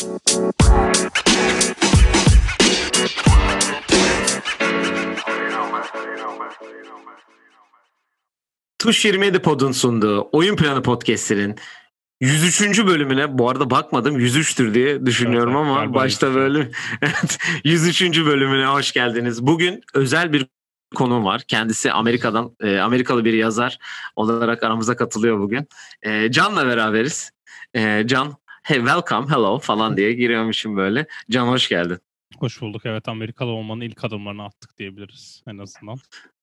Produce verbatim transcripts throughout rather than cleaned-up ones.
Tuş yirmi yedi Pod'un sunduğu Oyun Planı Podcast'inin yüz üçüncü bölümüne, bu arada bakmadım yüz üçtür diye düşünüyorum, evet, ama başta böyle yüz üçüncü bölümüne hoş geldiniz. Bugün özel bir konuğum var. Kendisi Amerika'dan, e, Amerikalı bir yazar olarak aramıza katılıyor bugün. E, Can'la beraberiz. E, Can, hey, welcome, hello falan diye giriyormuşum böyle. Can, hoş geldin. Hoş bulduk. Evet, Amerikalı olmanın ilk adımlarını attık diyebiliriz en azından.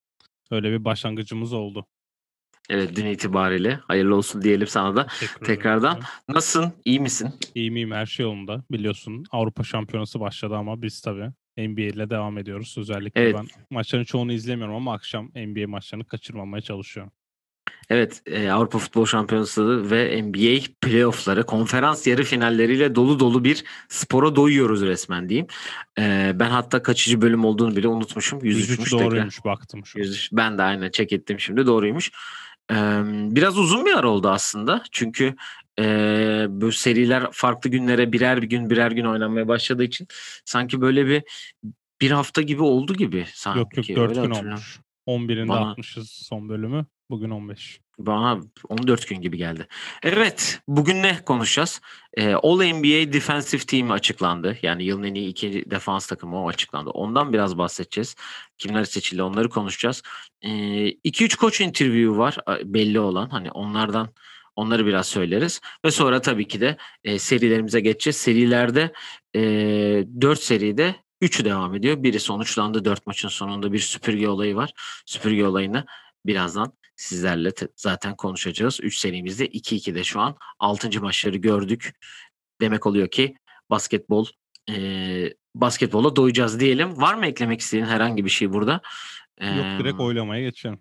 Öyle bir başlangıcımız oldu. Evet, dün itibariyle hayırlı olsun diyelim sana da tekrardan. Ederim. Nasılsın? İyi misin? İyiyim iyiyim. Her şey yolunda. Biliyorsun Avrupa Şampiyonası başladı ama biz tabii N B A ile devam ediyoruz. Özellikle evet. Ben maçların çoğunu izlemiyorum ama akşam N B A maçlarını kaçırmamaya çalışıyorum. Evet, e, Avrupa Futbol Şampiyonası ve N B A playoff'ları, konferans yarı finalleriyle dolu dolu bir spora doyuyoruz resmen diyeyim. E, ben hatta kaçıncı bölüm olduğunu bile unutmuşum. yüz üç doğruymuş tekrar. Baktım şu. yüz üç, ben de aynen check ettim şimdi, doğruymuş. E, biraz uzun bir ara oldu aslında. Çünkü e, bu seriler farklı günlere birer bir gün birer gün oynanmaya başladığı için sanki böyle bir bir hafta gibi oldu gibi. Sanki. Yok yok dört gün olmuş. on birinde Bana... atmışız son bölümü. Bugün on beş. Bana on dört gün gibi geldi. Evet, bugün ne konuşacağız? Ee, All N B A Defensive Team açıklandı. Yani yılın en iyi iki defans takımı o açıklandı. Ondan biraz bahsedeceğiz. Kimler seçildi onları konuşacağız. iki üç koç interview var belli olan. Hani onlardan onları biraz söyleriz. Ve sonra tabii ki de e, serilerimize geçeceğiz. Serilerde e, dört seride üçü devam ediyor. Biri sonuçlandı. dört maçın sonunda bir süpürge olayı var. Süpürge olayını birazdan sizlerle te- zaten konuşacağız. üç serimizde iki ikide şu an altıncı maçları gördük. Demek oluyor ki basketbol e, basketbola doyacağız diyelim. Var mı eklemek istediğin herhangi bir şey burada? Ee, Yok, direkt oylamaya geçelim.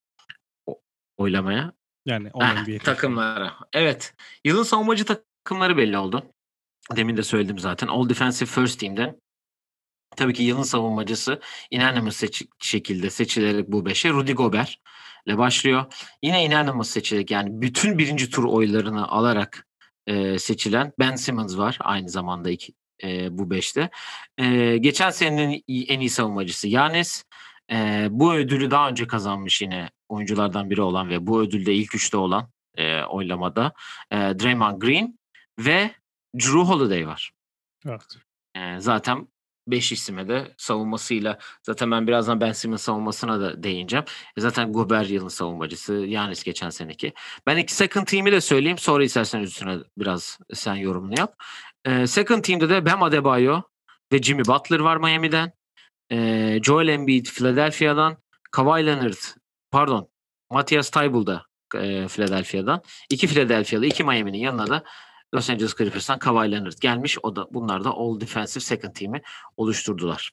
O, oylamaya? Yani ha, takımlara. Evet. Yılın savunmacı takımları belli oldu. Demin de söyledim zaten. All Defensive First Team'de tabii ki yılın savunmacısı unanimous seç- şekilde seçilerek bu beşe Rudy Gobert ile başlıyor. Yine unanimous seçilerek, yani bütün birinci tur oylarını alarak e, seçilen Ben Simmons var aynı zamanda iki, e, bu beşte. E, geçen senenin en iyi savunmacısı Giannis. E, bu ödülü daha önce kazanmış yine oyunculardan biri olan ve bu ödülde ilk üçte olan e, oylamada e, Draymond Green ve Jrue Holiday var. Evet. E, zaten beş isime de savunmasıyla, zaten ben birazdan Ben Simmons savunmasına da değineceğim. E zaten Gobert yılın savunmacısı, Giannis geçen seneki. Ben iki second team'i de söyleyeyim, sonra istersen üstüne biraz sen yorumunu yap. E, second team'de de Bam Adebayo ve Jimmy Butler var Miami'den. E, Joel Embiid Philadelphia'dan. Kawhi Leonard, pardon Matthias Thybulle da e, Philadelphia'dan. İki Philadelphia'lı, iki Miami'nin yanına da Los Angeles Clippers'tan Kawhi Leonard gelmiş. O da, bunlar da All Defensive Second Team'i oluşturdular.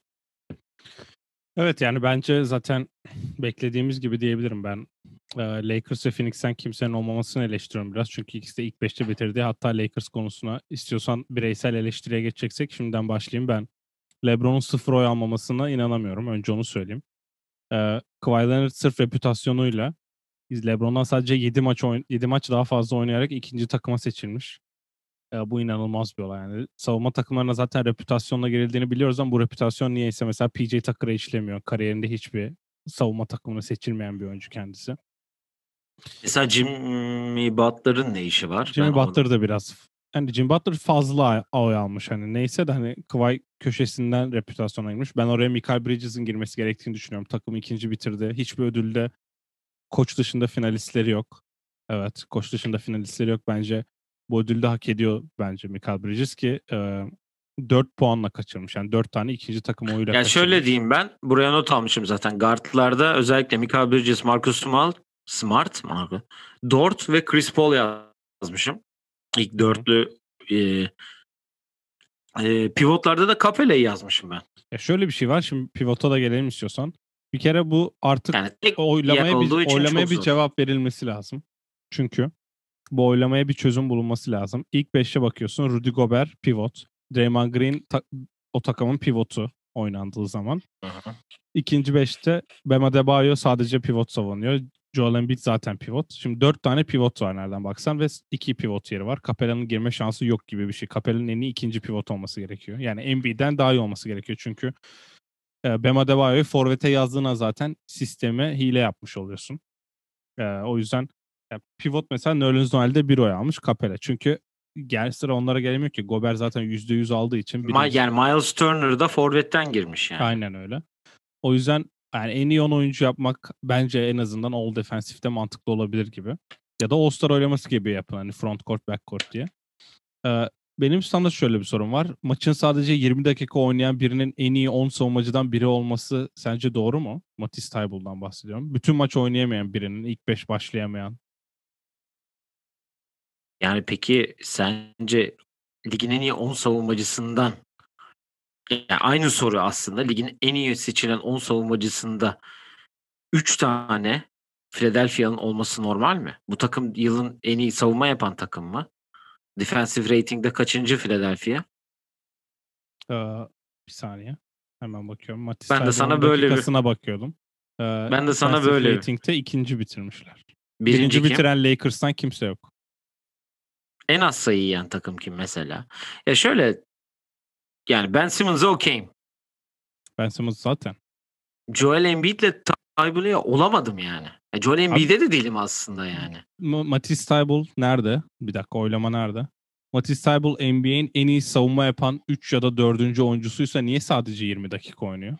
Evet, yani bence zaten beklediğimiz gibi diyebilirim ben. Lakers ve Phoenix'ten kimsenin olmamasını eleştiriyorum biraz. Çünkü ikisi de ilk beşte bitirdi. Hatta Lakers konusuna istiyorsan bireysel eleştiriye geçeceksek şimdiden başlayayım ben. LeBron'un sıfır oy almamasına inanamıyorum. Önce onu söyleyeyim. Ee, Kawhi Leonard sırf reputasyonuyla LeBron'dan sadece yedi maç oyn- yedi maç daha fazla oynayarak ikinci takıma seçilmiş. Ee, bu inanılmaz bir olay yani. Savunma takımlarına zaten reputasyonla girildiğini biliyoruz ama bu reputasyon niyeyse mesela P J Tucker'a işlemiyor. Kariyerinde hiçbir savunma takımına seçilmeyen bir oyuncu kendisi. Mesela Jimmy Butler'ın ne işi var? Jimmy Butler da biraz, hani Jimmy Butler fazla oy almış, hani neyse de hani Kawhi köşesinden reputasyona girmiş. Ben oraya Michael Bridges'in girmesi gerektiğini düşünüyorum. Takım ikinci bitirdi. Hiçbir ödülde koç dışında finalistleri yok. Evet, koç dışında finalistleri yok. Bence bu ödülü de hak ediyor bence Michael Bridges ki e, dört puanla kaçırmış. Yani dört tane ikinci takım oyuyla ya kaçırmış. Şöyle diyeyim, ben buraya not almışım zaten. Guard'larda özellikle Michael Bridges, Marcus Smart, Smart, Marcus, Dort ve Chris Paul yazmışım. İlk dörtlü e, e, pivotlarda da Capela'yı yazmışım ben. Ya şöyle bir şey var. Şimdi pivota da gelelim istiyorsan. Bir kere bu artık yani tek oylamaya bir, oylamaya bir cevap verilmesi lazım. Çünkü bu oylamaya bir çözüm bulunması lazım. İlk beşe bakıyorsun. Rudy Gobert pivot. Draymond Green ta- o takımın pivotu oynandığı zaman. Hı-hı. İkinci beşte Bam Adebayo sadece pivot savunuyor. Joel Embiid zaten pivot. Şimdi dört tane pivot var nereden baksan ve iki pivot yeri var. Capella'nın girme şansı yok gibi bir şey. Capella'nın en iyi ikinci pivot olması gerekiyor. Yani Embiid'den daha iyi olması gerekiyor. Çünkü e, Bam Adebayo'yu forvete yazdığına zaten sisteme hile yapmış oluyorsun. E, o yüzden ya, pivot mesela Nerlens Noel'de bir oy almış Capella. Çünkü gel sıra onlara gelemiyor ki. Gobert zaten yüzde yüz aldığı için Ma- birinci. Yani Miles Turner da forvetten girmiş yani. Aynen öyle. O yüzden yani en iyi on oyuncu yapmak bence en azından All Defensive'de mantıklı olabilir gibi. Ya da All-Star oylaması gibi yapın hani front court back court diye. Ee, benim sana şöyle bir sorum var. Maçın sadece yirmi dakika oynayan birinin en iyi on savunmacıdan biri olması sence doğru mu? Matisse Thybulle'dan bahsediyorum. Bütün maç oynayamayan birinin, ilk beş başlayamayan. Yani peki sence ligin en iyi on savunmacısından, yani aynı soru aslında, ligin en iyi seçilen on savunmacısında üç tane Philadelphia'nın olması normal mi? Bu takım yılın en iyi savunma yapan takım mı? Defensive rating'de kaçıncı Philadelphia? Ee, bir saniye. Hemen bakıyorum. Matisse Ben de Thybulle'ın sana böyle bir dakikasına bakıyordum. Ee, ben de sana defensive böyle bir rating'te ikinci bitirmişler. birinci Birinci kim? bitiren Lakers'tan kimse yok. En az sayı yiyen takım kim mesela? Ya şöyle, yani Ben Simmons'a okeyim. Ben Simmons zaten. Joel Embiid'le Tybulle'a olamadım yani. Ya Joel Abi Embiid'e de değilim aslında yani. Ma- Matisse Thybulle nerede? Bir dakika oylama nerede? Matisse Thybulle N B A'in en iyi savunma yapan üç ya da dördüncü oyuncusuysa niye sadece yirmi dakika oynuyor?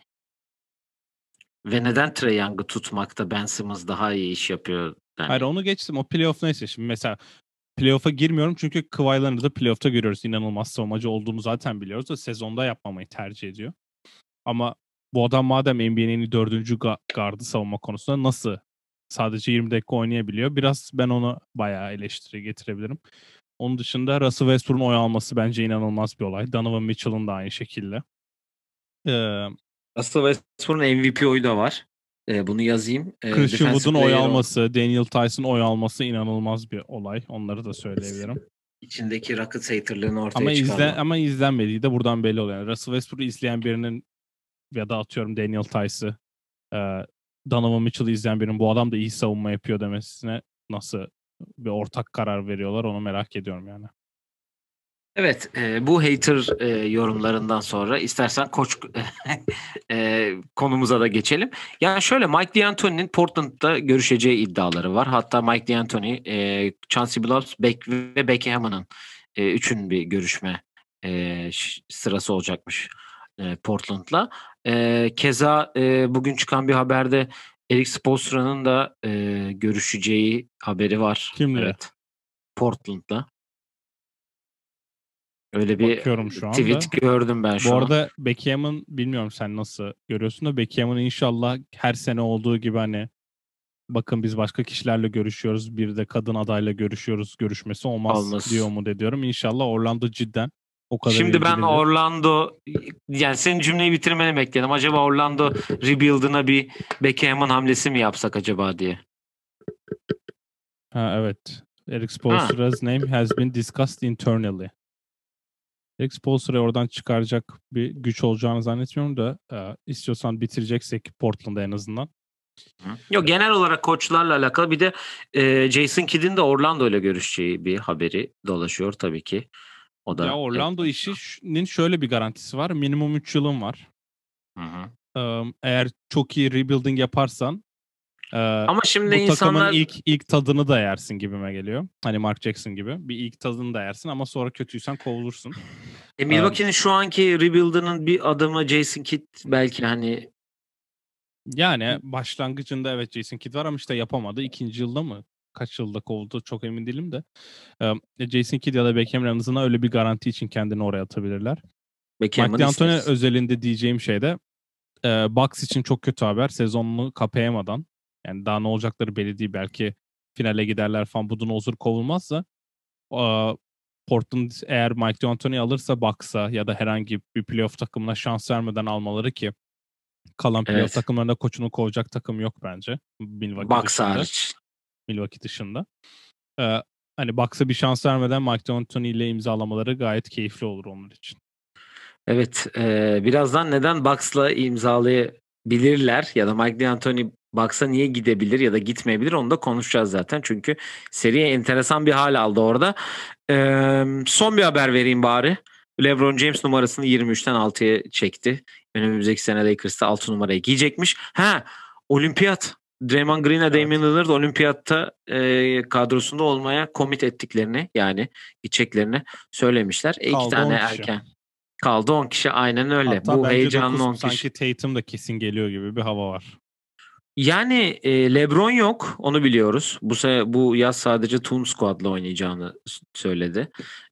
Ve neden Trae Young'ı tutmakta Ben Simmons daha iyi iş yapıyor Hayır yani. onu geçtim. O playoff neyse. Şimdi mesela playoff'a girmiyorum çünkü Kawhi Leonard'ı playoff'ta görüyoruz. İnanılmaz savunmacı olduğunu zaten biliyoruz da sezonda yapmamayı tercih ediyor. Ama bu adam madem N B A'nin en iyi dördüncü ga- gardı savunma konusunda nasıl sadece yirmi dakika oynayabiliyor? Biraz ben onu bayağı eleştiri getirebilirim. Onun dışında Russell Westbrook'un oy alması bence inanılmaz bir olay. Donovan Mitchell'ın da aynı şekilde. Ee, Russell Westbrook'un M V P oyu da var. Ee, bunu yazayım. Ee, Christian Defensive Wood'un oy Player o alması, Daniel Tice'ın oy alması inanılmaz bir olay. Onları da söyleyebilirim. içindeki Rockets haterlığını Ama ortaya izle çıkarma. ama izlenmediği de buradan belli oluyor. Yani Russell Westbrook'u izleyen birinin ya da atıyorum Daniel Tice'ı, e, Donovan Mitchell'ı izleyen birinin bu adam da iyi savunma yapıyor demesine nasıl bir ortak karar veriyorlar onu merak ediyorum yani. Evet, e, bu hater e, yorumlarından sonra istersen koç e, konumuza da geçelim. Yani şöyle, Mike D'Antoni'nin Portland'da görüşeceği iddiaları var. Hatta Mike D'Antoni, e, Chauncey Billups, Beck ve Becky Hammon'ın e, üçün bir görüşme e, ş- sırası olacakmış e, Portland'la. E, keza e, bugün çıkan bir haberde Eric Spoelstra'nın da e, görüşeceği haberi var. Kimle? Evet, Portland'la. Öyle bir Bakıyorum şu anda. tweet gördüm ben Bu şu an. arada Beckham'ın bilmiyorum sen nasıl görüyorsun da Beckham'ın inşallah her sene olduğu gibi hani bakın biz başka kişilerle görüşüyoruz bir de kadın adayla görüşüyoruz görüşmesi olmaz diyor Olmaz. mu de diyorum. İnşallah Orlando cidden o kadar Şimdi ben ilgilidir. Orlando, yani senin cümleyi bitirmeni bekledim. Acaba Orlando rebuild'ına bir Beckham'ın hamlesi mi yapsak acaba diye. Ha evet. Eric Ha. Spoelstra's name has been discussed internally. Eric Spoelstra'yı oradan çıkaracak bir güç olacağını zannetmiyorum da e, istiyorsan bitireceksek Portland'da en azından. Yok, genel olarak koçlarla alakalı bir de e, Jason Kidd'in de Orlando ile görüşeceği bir haberi dolaşıyor tabii ki. O Ya da e, Orlando işinin şöyle bir garantisi var. Minimum üç yılın var. hı hı. Ee, Eğer çok iyi rebuilding yaparsan e, Ama şimdi bu takımın insanlar, ilk ilk tadını da yersin gibime geliyor. Hani Mark Jackson gibi. Bir ilk tadını da yersin ama sonra kötüysen kovulursun. e, Ee, Milwaukee'nin şu anki rebuild'ının bir adımı Jason Kidd, belki hani Yani başlangıcında evet Jason Kidd var ama işte yapamadı. İkinci yılda mı? Kaç yılda kovuldu çok emin değilim de. Ee, Jason Kidd ya da Beckham en azından öyle bir garanti için kendini oraya atabilirler. Mike Beckham'ın D'Antoni isteriz. özelinde diyeceğim şey de e, Bucks için çok kötü haber. Sezonunu kapayamadan yani daha ne olacakları belli değil. Belki finale giderler falan Budenholzer kovulmazsa e, Portland eğer Mike D'Antoni alırsa Bucks'a ya da herhangi bir playoff takımına şans vermeden almaları ki kalan playoff Evet. takımlarında koçunu kovacak takım yok bence. Milwaukee Bucks dışında. hariç. Milwaukee dışında. Ee, Hani Bucks'a bir şans vermeden Mike D'Antoni ile imzalamaları gayet keyifli olur onlar için. Evet. E, birazdan neden Bucks'la imzalayabilirler ya da Mike D'Antoni Bucks'a niye gidebilir ya da gitmeyebilir onu da konuşacağız zaten. Çünkü seriye enteresan bir hal aldı orada. Ee, son bir haber vereyim bari. LeBron James numarasını yirmi üçten altıya çekti. Önümüzdeki sene Lakers'ta altı numarayı giyecekmiş. Ha, olimpiyat. Draymond Green'e Evet. Damian Lillard olimpiyatta e, kadrosunda olmaya commit ettiklerini, yani gideceklerini söylemişler. E, iki Kaldı tane on kişi. erken. Kaldı on kişi, aynen öyle. Hatta Bu bence heyecanlı dokuz on kişi. sanki Tatum da kesin geliyor gibi bir hava var. Yani e, LeBron yok, onu biliyoruz. Bu se bu yaz sadece Toon Squad'la oynayacağını s- söyledi.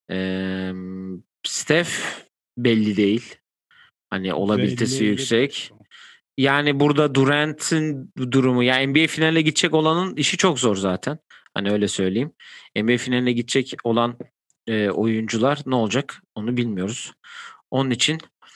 E, Steph belli değil. Hani olabilitesi elli elli yüksek. Yani burada Durant'in durumu, yani N B A finaline gidecek olanın işi çok zor zaten. Hani öyle söyleyeyim. N B A finaline gidecek olan e, oyuncular ne olacak onu bilmiyoruz. Onun için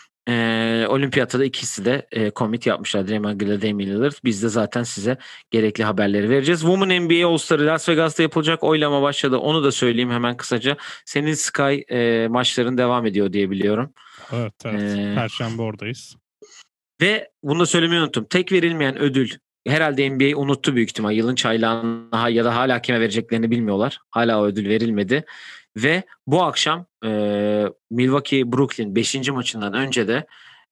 e, olimpiyatta da ikisi de e, commit yapmışlar. Draymond Green, Damian Lillard. Biz de zaten size gerekli haberleri vereceğiz. Women N B A All-Star'ı Las Vegas'ta yapılacak. Oylama başladı. Onu da söyleyeyim hemen kısaca. Senin Sky e, maçların devam ediyor diye biliyorum. Evet, evet. E, Perşembe oradayız. Ve bunu da söylemeyi unuttum. Tek verilmeyen ödül, herhalde N B A unuttu büyük ihtimal. Yılın çaylağına ya da hala kime vereceklerini bilmiyorlar. Hala o ödül verilmedi. Ve bu akşam e, Milwaukee Brooklyn beşinci maçından önce de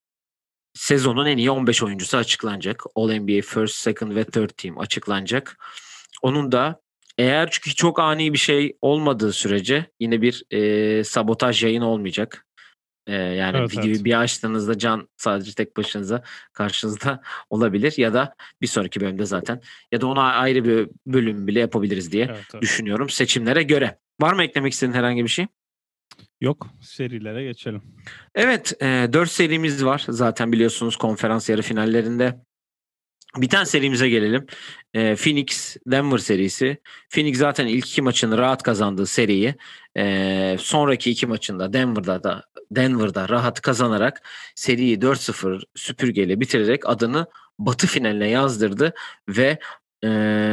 sezonun en iyi on beş oyuncusu açıklanacak. All N B A First, Second ve Third Team açıklanacak. Onun da eğer, çünkü çok ani bir şey olmadığı sürece yine bir e, sabotaj yayın olmayacak. Ee, yani Evet, videoyu evet. bir açtığınızda Can sadece tek başınıza karşınızda olabilir ya da bir sonraki bölümde zaten, ya da ona ayrı bir bölüm bile yapabiliriz diye Evet, evet. düşünüyorum seçimlere göre. Var mı eklemek istediğin herhangi bir şey? Yok, serilere geçelim. Evet, e, dört serimiz var zaten biliyorsunuz konferans yarı finallerinde. Bir tane serimize gelelim. E, Phoenix Denver serisi. Phoenix zaten ilk iki maçını rahat kazandığı seriyi e, sonraki iki maçında Denver'da da Denver'da rahat kazanarak seriyi dört sıfır süpürgeyle bitirerek adını Batı finaline yazdırdı ve e,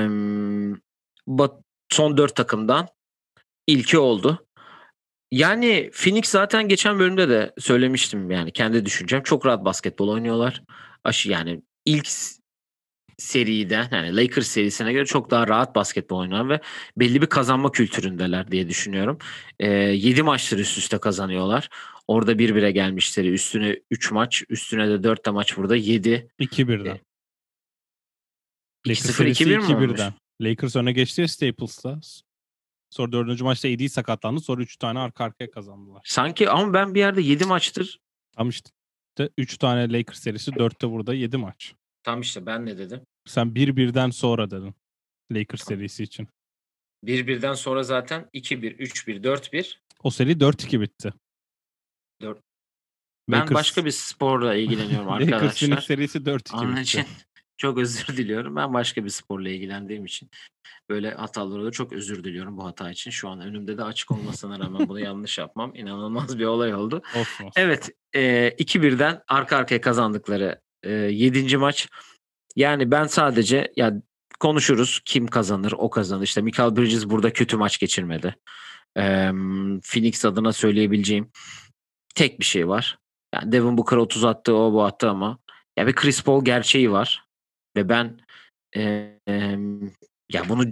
bat, son dört takımdan ilki oldu. Yani Phoenix zaten geçen bölümde de söylemiştim, yani kendi düşüncem, çok rahat basketbol oynuyorlar. Aşı yani ilk seriden, yani Lakers serisine göre çok daha rahat basketbol oynuyorlar ve belli bir kazanma kültüründeler diye düşünüyorum. Ee, yedi maçtır üst üste kazanıyorlar. Orada bir bire gelmişleri. Üstüne üç maç, üstüne de dört de maç burada. yedi. iki birden. Ee, Lakers iki sıfır iki serisi bir mi iki olmuş? birden. Lakers öne geçti ya Staples'ta. Sonra dördüncü maçta A D sakatlandı. Sonra üç tane arka arkaya kazandılar. Sanki, ama ben bir yerde yedi maçtır. Tam işte üç tane Lakers serisi, dörtte burada yedi maç. Tam işte ben ne dedim? Sen bir birden sonra dedin Lakers Tamam. serisi için. bir birden sonra zaten iki bir, üç bir, dört bir. O seri dört iki bitti. dört. Ben Lakers, başka bir sporla ilgileniyorum Lakers Phoenix arkadaşlar. serisi dört iki Onun bitti. için çok özür diliyorum. Ben başka bir sporla ilgilendiğim için böyle hatalara da çok özür diliyorum bu hata için. Şu an önümde de açık olmasına rağmen bunu yanlış yapmam inanılmaz bir olay oldu. Olsun olsun. Evet, e, iki birden arka arkaya kazandıkları e, yedinci maç. Yani ben sadece, ya konuşuruz, kim kazanır o kazanır. İşte Michael Bridges burada kötü maç geçirmedi. E, Phoenix adına söyleyebileceğim tek bir şey var. Yani Devin Booker otuz attı, o bu attı, ama ya bir Chris Paul gerçeği var. Ve ben e, e, ya bunu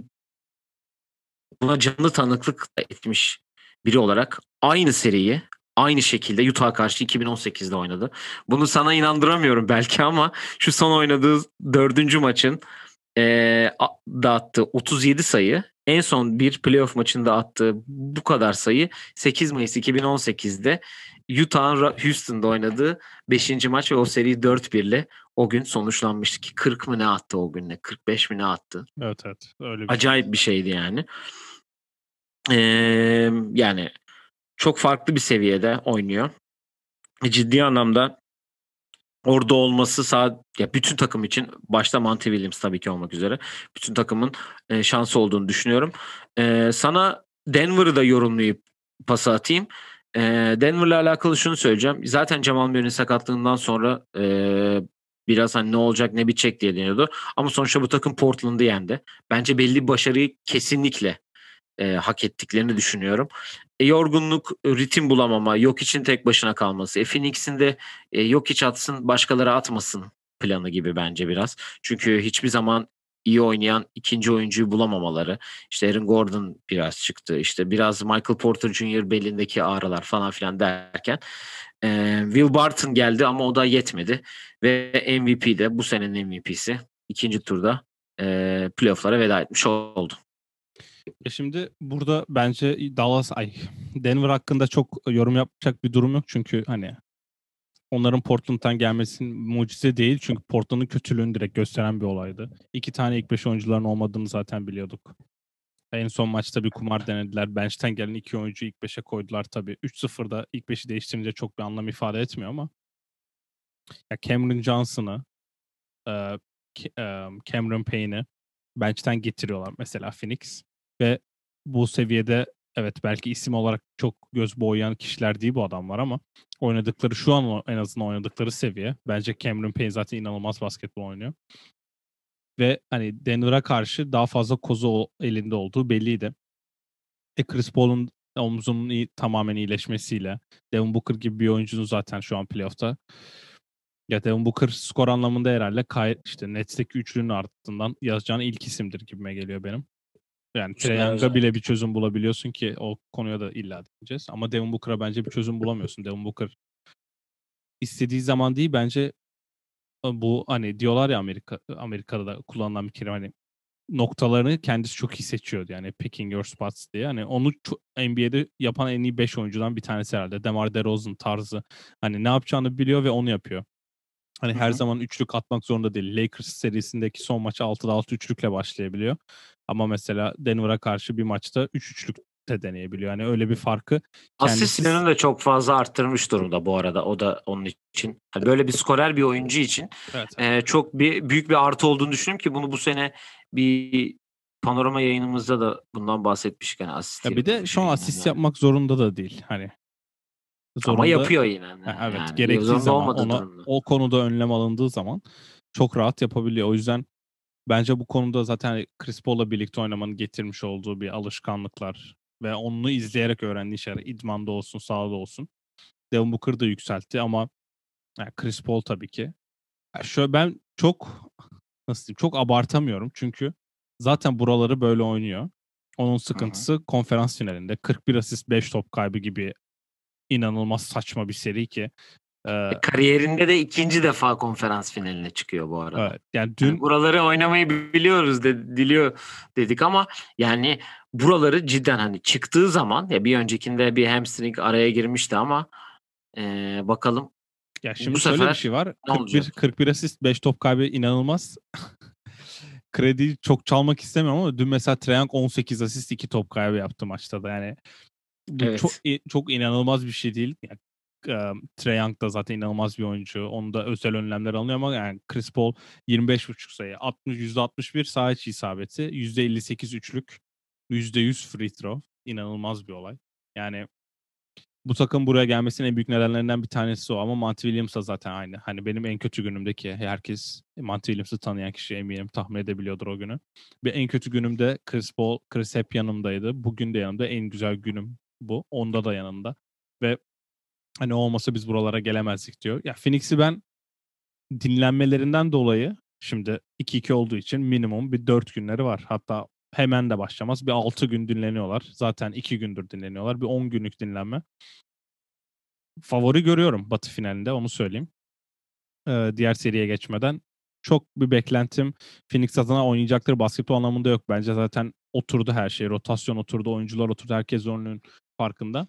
buna canlı tanıklık etmiş biri olarak aynı seriyi aynı şekilde Utah'a karşı iki bin on sekizde oynadı. Bunu sana inandıramıyorum belki, ama şu son oynadığı dördüncü maçın e, da attığı otuz yedi sayı, en son bir playoff maçında attığı bu kadar sayı sekiz Mayıs iki bin on sekizde Utah'ın Houston'da oynadığı beşinci maç ve o seri dört birle o gün sonuçlanmıştı ki kırk mı ne attı o gün, ne kırk beş mi ne attı. Evet evet. Öyle bir Acayip şey. bir şeydi yani. Ee, yani çok farklı bir seviyede oynuyor. Ciddi anlamda orada olması sağ, ya bütün takım için, başta Monty Williams tabii ki olmak üzere, bütün takımın e, şansı olduğunu düşünüyorum. E, sana Denver'ı da yorumlayıp pası atayım. E, Denver'la alakalı şunu söyleyeceğim. Zaten Jamal Murray'nin sakatlığından sonra e, biraz hani ne olacak ne bitecek diye deniyordu. Ama sonuçta bu takım Portland'ı yendi. Bence belli bir başarıyı kesinlikle e, hak ettiklerini düşünüyorum. E, yorgunluk, ritim bulamama, yok için tek başına kalması. E, Phoenix'in de e, yok hiç atsın, başkaları atmasın planı gibi bence biraz. Çünkü hiçbir zaman iyi oynayan ikinci oyuncuyu bulamamaları. İşte Aaron Gordon biraz çıktı. İşte biraz Michael Porter Junior belindeki ağrılar falan filan derken e, Will Barton geldi ama o da yetmedi. Ve M V P de bu senenin M V P'si ikinci turda e, playoff'lara veda etmiş oldu. Ya şimdi burada bence Dallas ay Denver hakkında çok yorum yapacak bir durum yok çünkü hani onların Portland'dan gelmesinin mucize değil çünkü Portland'ın kötülüğünü direkt gösteren bir olaydı. İki tane ilk beş oyuncuların olmadığını zaten biliyorduk. En son maçta bir kumar denediler. Bench'ten gelen iki oyuncu ilk beşe koydular tabii. üç sıfırda ilk beşi değiştirince çok bir anlam ifade etmiyor ama ya Cameron Johnson'ı, e, Cameron Payne'i bench'ten getiriyorlar mesela Phoenix ve bu seviyede evet belki isim olarak çok göz boyayan kişiler değil bu adamlar ama oynadıkları şu an en azından oynadıkları seviye bence Cameron Payne zaten inanılmaz basketbol oynuyor. Ve hani Denver'a karşı daha fazla kozu elinde olduğu belliydi. E Chris Paul'un omzunun iyi, tamamen iyileşmesiyle Devin Booker gibi bir oyuncunun zaten şu an playoff'ta. Ya Devin Booker skor anlamında herhalde kay, işte Nets'teki üçlünün ardından yazacağın ilk isimdir gibime geliyor benim. Yani Trae Young'a bile bir çözüm bulabiliyorsun ki o konuya da illa değineceğiz. Ama Devin Booker'a bence bir çözüm bulamıyorsun. Devin Booker istediği zaman değil bence bu hani diyorlar ya Amerika Amerika'da da kullanılan bir kelime hani noktalarını kendisi çok iyi seçiyordu. Yani picking your spots diye. Hani onu N B A'de yapan en iyi beş oyuncudan bir tanesi herhalde. DeMar DeRozan tarzı. Hani ne yapacağını biliyor ve onu yapıyor. Hani her Hı hı. zaman üçlük atmak zorunda değil. Lakers serisindeki son maçı altıda altı üçlükle başlayabiliyor. Ama mesela Denver'a karşı bir maçta üç üçlük de deneyebiliyor. Yani öyle bir farkı Asist kendisi... yönünü de çok fazla arttırmış durumda bu arada. O da onun için. Hani böyle bir skorer bir oyuncu için Evet, evet. e, çok bir büyük bir artı olduğunu düşünüyorum ki bunu bu sene bir panorama yayınımızda da bundan bahsetmişken asist Ya bir de şu an şeyinden asist yani. yapmak zorunda da değil. Hani Ama zorunda... yapıyor yine. Ha, evet, Yani gerektiği zorunda zaman olmadığı ona durumda. o konuda önlem alındığı zaman çok rahat yapabiliyor. O yüzden bence bu konuda zaten Chris Paul'la birlikte oynamanın getirmiş olduğu bir alışkanlıklar ve onu izleyerek öğrendiği şeyler idmanda olsun, sahada olsun. Devin Booker da yükseltti ama yani Chris Paul tabii ki. Yani şöyle ben çok nasıl diyeyim çok abartamıyorum çünkü zaten buraları böyle oynuyor. Onun Hı hı. sıkıntısı konferans finalinde kırk bir asist beş top kaybı gibi inanılmaz saçma bir seri ki. Ee, E, kariyerinde de ikinci defa konferans finaline çıkıyor bu arada. evet, yani Yani dün buraları oynamayı biliyoruz de, diliyor dedik ama yani buraları cidden hani çıktığı zaman ya bir öncekinde bir hamstring araya girmişti ama e, bakalım ya bu şimdi şöyle bir sefer şey var. ne olacak? kırk bir kırk bir asist beş top kaybı inanılmaz. Krediyi çok çalmak istemiyorum ama dün mesela Trae Young on sekiz asist iki top kaybı yaptı maçta da yani bu çok Evet. çok inanılmaz bir şey değil. Yani, e, Trae Young da zaten inanılmaz bir oyuncu. Onda özel önlemler alınıyor ama yani Chris Paul yirmi beş buçuk sayı, altmış yüzde altmış bir saha içi isabeti, yüzde elli sekiz üçlük, yüzde yüz free throw. İnanılmaz bir olay. Yani bu takım buraya gelmesinin en büyük nedenlerinden bir tanesi o ama Monty Williams da zaten aynı. Hani benim en kötü günümdeki herkes Monty Williams'ı tanıyan kişi eminim tahmin edebiliyordur o günü. Ve en kötü günümde Chris Paul, Chris hep yanımdaydı. Bugün de yanımda. En güzel günüm bu. Onda da yanında. Ve hani olmasa biz buralara gelemezdik diyor. Ya Phoenix'i ben dinlenmelerinden dolayı şimdi iki iki olduğu için minimum bir dört günleri var. Hatta hemen de başlamaz. Bir altı gün dinleniyorlar. Zaten iki gündür dinleniyorlar. Bir on günlük dinlenme. Favori görüyorum Batı finalinde onu söyleyeyim. Ee, diğer seriye geçmeden. Çok bir beklentim Phoenix adına oynayacaktır basketbol anlamında yok. Bence zaten oturdu her şey. Rotasyon oturdu, oyuncular oturdu. Herkes onun farkında.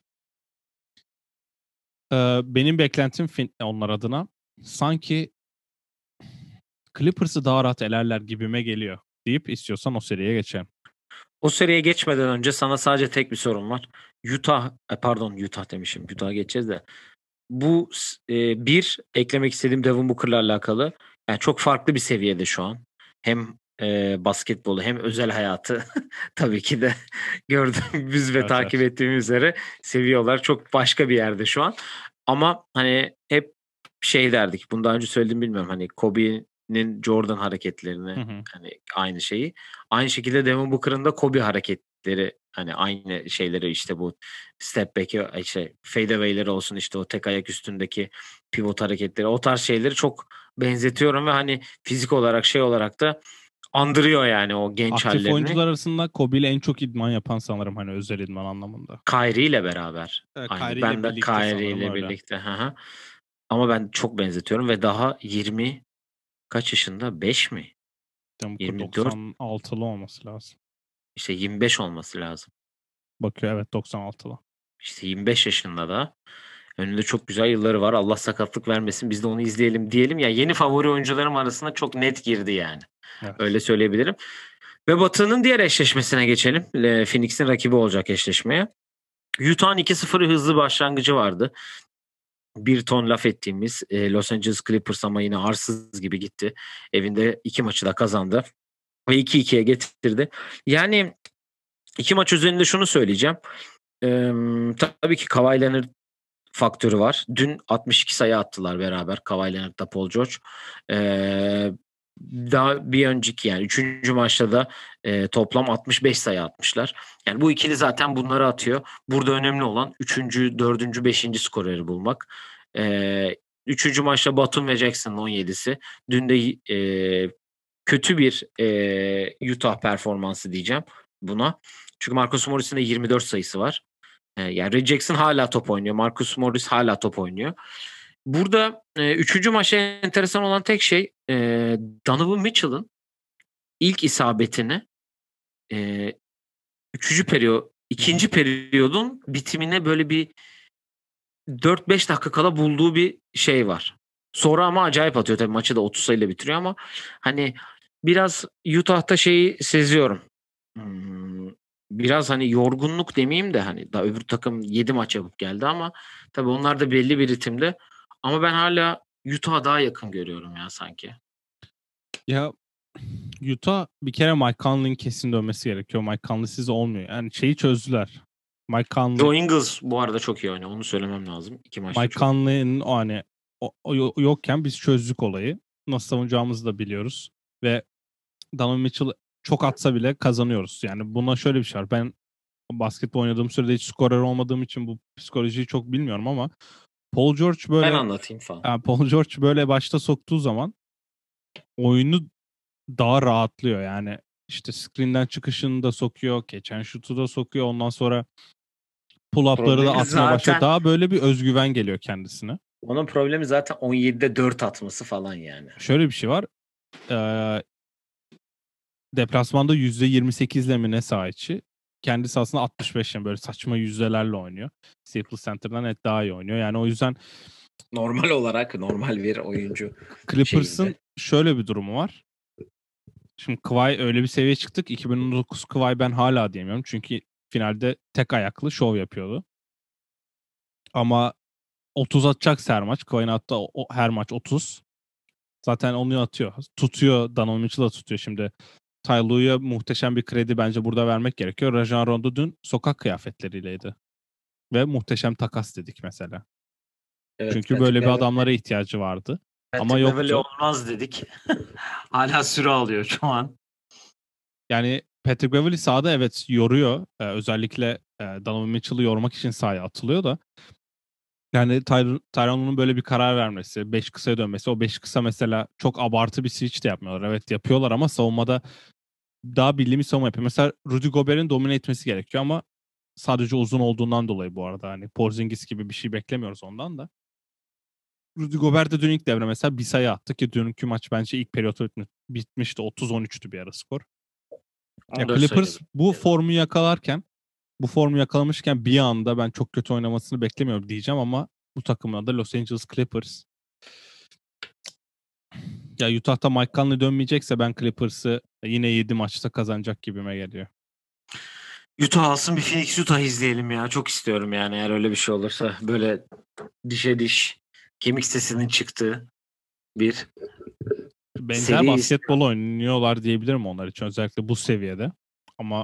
Ee, benim beklentim fin- onlar adına sanki Clippers'ı daha rahat elerler gibime geliyor deyip istiyorsan o seriye geçelim. O seriye geçmeden önce sana sadece tek bir sorum var. Utah, e, pardon Utah demişim. Utah'a geçeceğiz de. Bu e, bir eklemek istediğim Devin Booker'la alakalı. Yani çok farklı bir seviyede şu an. Hem e, basketbolu hem özel hayatı tabii ki de gördüğümüz ve Evet, takip evet. ettiğimiz üzere seviyorlar. Çok başka bir yerde şu an. Ama hani hep şey derdik. Bunu daha önce söyledim bilmiyorum. Hani Kobe'nin Jordan Hı hareketlerini hı. hani aynı şeyi. Aynı şekilde Devin Booker'ın da Kobe hareketleri Hani aynı şeyleri işte bu step back'i işte fadeaway'leri olsun işte o tek ayak üstündeki pivot hareketleri o tarz şeyleri çok benzetiyorum ve hani fizik olarak şey olarak da andırıyor yani o genç Aktif hallerini. oyuncular arasında Kobe ile en çok idman yapan sanırım hani özel idman anlamında. Kyrie ile beraber. E, Aynı. Kyrie ile Ben de birlikte Kyrie sanırım ile öyle. birlikte. Hı hı. Ama ben çok benzetiyorum ve daha yirmi kaç yaşında? beş mi? Demko yirmi dört doksan altılı olması lazım. işte yirmi beş olması lazım. Bakıyor evet doksan altılı. İşte yirmi beş yaşında da. Önünde çok güzel yılları var. Allah sakatlık vermesin. Biz de onu izleyelim diyelim. Ya yeni favori oyuncularım arasında çok net girdi yani. Evet. Öyle söyleyebilirim. Ve Batı'nın diğer eşleşmesine geçelim. Le- Phoenix'in rakibi olacak eşleşmeye. Utah'ın iki sıfır hızlı başlangıcı vardı. Bir ton laf ettiğimiz e, Los Angeles Clippers ama yine arsız gibi gitti. Evinde iki maçı da kazandı. Ve iki ikiye getirdi. Yani iki maç üzerinde şunu söyleyeceğim. Ee, tabii ki Kawhi Leonard faktörü var. Dün altmış iki sayı attılar beraber Kawhi Leonard'la Paul George. Ee, daha bir önceki yani üçüncü maçta da e, toplam altmış beş sayı atmışlar. Yani bu ikili zaten bunları atıyor. Burada önemli olan üçüncü, dördüncü, beşinci skoreri bulmak. Ee, üçüncü maçta Batum ve Jackson'ın on yedisi. Dün de e, kötü bir e, Utah performansı diyeceğim buna. Çünkü Marcus Morris'in de yirmi dört sayısı var. E, yani Reggie Jackson hala top oynuyor. Marcus Morris hala top oynuyor. Burada e, üçüncü maçta enteresan olan tek şey e, Donovan Mitchell'ın ilk isabetini e, üçüncü periyot, ikinci periyodun bitimine böyle bir dört beş dakika kala bulduğu bir şey var. Sonra ama acayip atıyor. Tabii maçı da otuz sayıyla bitiriyor ama hani biraz Utah'ta şeyi seziyorum. Hmm, biraz hani yorgunluk demeyeyim de hani daha öbür takım yedi maç yapıp geldi ama tabii onlar da belli bir ritimde. Ama ben hala Utah'a daha yakın görüyorum ya sanki. Ya Utah bir kere Mike Conley'in kesin dönmesi gerekiyor. Mike Conley'siz olmuyor. Yani şeyi çözdüler. Mike Conley Joe Ingles bu arada çok iyi oynuyor. Onu söylemem lazım. İki maçta Mike çok iyi. Conley'in o hani o, o yo- yokken biz çözdük olayı. Nasıl savunacağımızı da biliyoruz. Ve Donovan Mitchell çok atsa bile kazanıyoruz. Yani buna şöyle bir şey var. Ben basketbol oynadığım sürede hiç skorer olmadığım için bu psikolojiyi çok bilmiyorum ama Paul George Ben böyle anlatayım falan. yani Paul George böyle başta soktuğu zaman oyunu daha rahatlıyor. Yani işte screen'den çıkışını da sokuyor, geçen şutu da sokuyor. Ondan sonra pull-up'ları da Problemi atmaya başlıyor. zaten Daha böyle bir özgüven geliyor kendisine. onun problemi zaten on yedide dört atması falan yani. Şöyle bir şey var. Ee, deplasmanda yüzde yirmi sekizle mi ne saha içi? Kendisi aslında altmış beş yani böyle saçma yüzdelerle oynuyor. Staples Center'dan net daha iyi oynuyor. Yani o yüzden Normal olarak normal bir oyuncu Clippers'ın şeyinde. şöyle bir durumu var. Şimdi Kawhi öyle bir seviyeye çıktık. iki bin on dokuz Kawhi ben hala diyemiyorum. Çünkü finalde tek ayaklı şov yapıyordu. Ama otuz atacaksa her maç. Kawhi'nin hatta o, o- her maç otuz. Zaten onu atıyor. Tutuyor. Donovan Mitchell da tutuyor şimdi. Ty Lue'ya muhteşem bir kredi bence burada vermek gerekiyor. Rajon Rondo dün sokak kıyafetleriyleydi. Ve muhteşem takas dedik mesela. Evet, Çünkü Patrick böyle bir Beverley, adamlara ihtiyacı vardı. Ama Patrick Beverley yoktu. olmaz dedik. Hala süre alıyor şu an. Yani Patrick Beverley sahada evet yoruyor. Ee, özellikle e, Donovan Mitchell'ı yormak için sahaya atılıyor da. Yani Tyr- Tyronne'un böyle bir karar vermesi, beş kısaya dönmesi. O beş kısa mesela çok abartı bir switch de yapmıyorlar. Evet yapıyorlar ama savunmada daha bildiğim bir savunma yapıyor. Mesela Rudy Gobert'in domine etmesi gerekiyor ama sadece uzun olduğundan dolayı bu arada. Hani Porzingis gibi bir şey beklemiyoruz ondan da. Rudy Gobert de dün ilk devre mesela bir sayı attı ki dünkü maç bence ilk periyot bitmi- bitmişti. otuz on üçtü bir ara skor. Ya on dört sayıda Clippers bu bitti. formu yakalarken bu formu yakalamışken bir anda ben çok kötü oynamasını beklemiyorum diyeceğim ama bu takımın adı Los Angeles Clippers. Ya Utah'ta Mike Conley dönmeyecekse ben Clippers'ı yine yedi maçta kazanacak gibime geliyor. Utah alsın bir Phoenix Utah izleyelim ya. Çok istiyorum yani eğer öyle bir şey olursa. Böyle dişe diş kemik sesinin çıktığı bir Benzer seri iz- basketbol oynuyorlar diyebilirim onlar için özellikle bu seviyede. Ama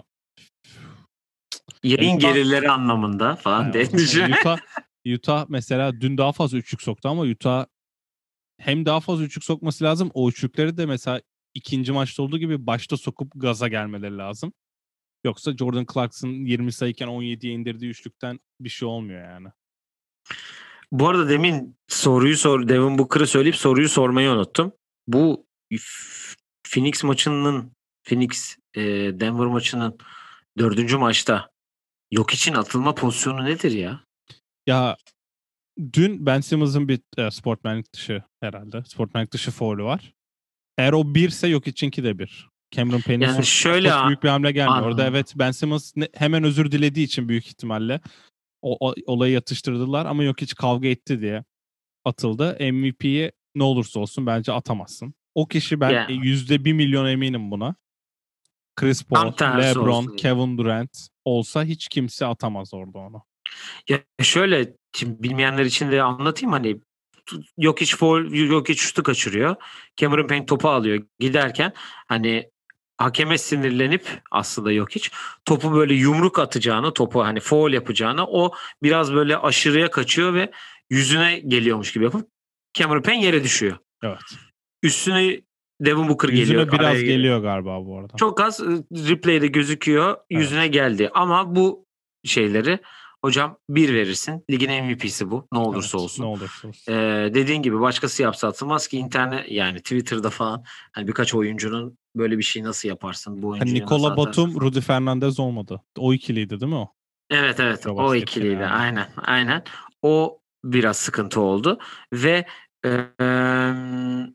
ya yayın Utah, gelirleri anlamında falan diye yani düşünüyorum. Utah Utah mesela dün daha fazla üçlük soktu ama Utah hem daha fazla üçlük sokması lazım. O üçlükleri de mesela ikinci maçta olduğu gibi başta sokup gaza gelmeleri lazım. Yoksa Jordan Clarkson yirmi sayıken on yediye indirdiği üçlükten bir şey olmuyor yani. Bu arada demin soruyu sor, Devin Booker'ı söyleyip soruyu sormayı unuttum. Bu Phoenix maçının, Phoenix e, Denver maçının dördüncü maçta yok için atılma pozisyonu nedir ya? Ya dün Ben Simmons'ın bir e, sportmenlik dışı herhalde. Sportmenlik dışı faulü var. Eğer o birse yok içinki de bir. Cameron Payne'in Yani suçu şöyle çok büyük bir hamle gelmiyor. Orada an, evet Ben Simmons ne, hemen özür dilediği için büyük ihtimalle o, o olayı yatıştırdılar ama yok hiç kavga etti diye atıldı. M V P'yi ne olursa olsun bence atamazsın. O kişi ben yani yüzde bir milyon eminim buna. Chris Paul, tam tersi LeBron, olsun. Kevin Durant olsa hiç kimse atamaz orada onu. Ya şöyle, şimdi bilmeyenler için de anlatayım, hani yok hiç foul, yok hiç şutu kaçırıyor. Cameron Payne topu alıyor giderken, hani hakeme sinirlenip aslında yok hiç topu böyle yumruk atacağını, topu hani foul yapacağını, o biraz böyle aşırıya kaçıyor ve yüzüne geliyormuş gibi yapıp Cameron Payne yere düşüyor. Evet. Üstüne Devin Booker Yüzüne geliyor, biraz araya geliyor. geliyor galiba bu arada. Çok az ı, replay'de gözüküyor. Yüzüne Evet. geldi. Ama bu şeyleri hocam bir verirsin. Ligin M V P'si bu. Ne olursa Evet. Ne olsun. olursa olsun. Ee, dediğin gibi başkası yapsa atılmaz ki, internet yani Twitter'da falan hani birkaç oyuncunun böyle bir şey nasıl yaparsın? Bu Hani oyuncuya nasıl Nikola atarsın Batum, falan. Rudy Fernandez olmadı. O ikiliydi değil mi o? Evet evet, o Eurobasketin ikiliydi. yani. Aynen aynen. O biraz sıkıntı oldu ve eee,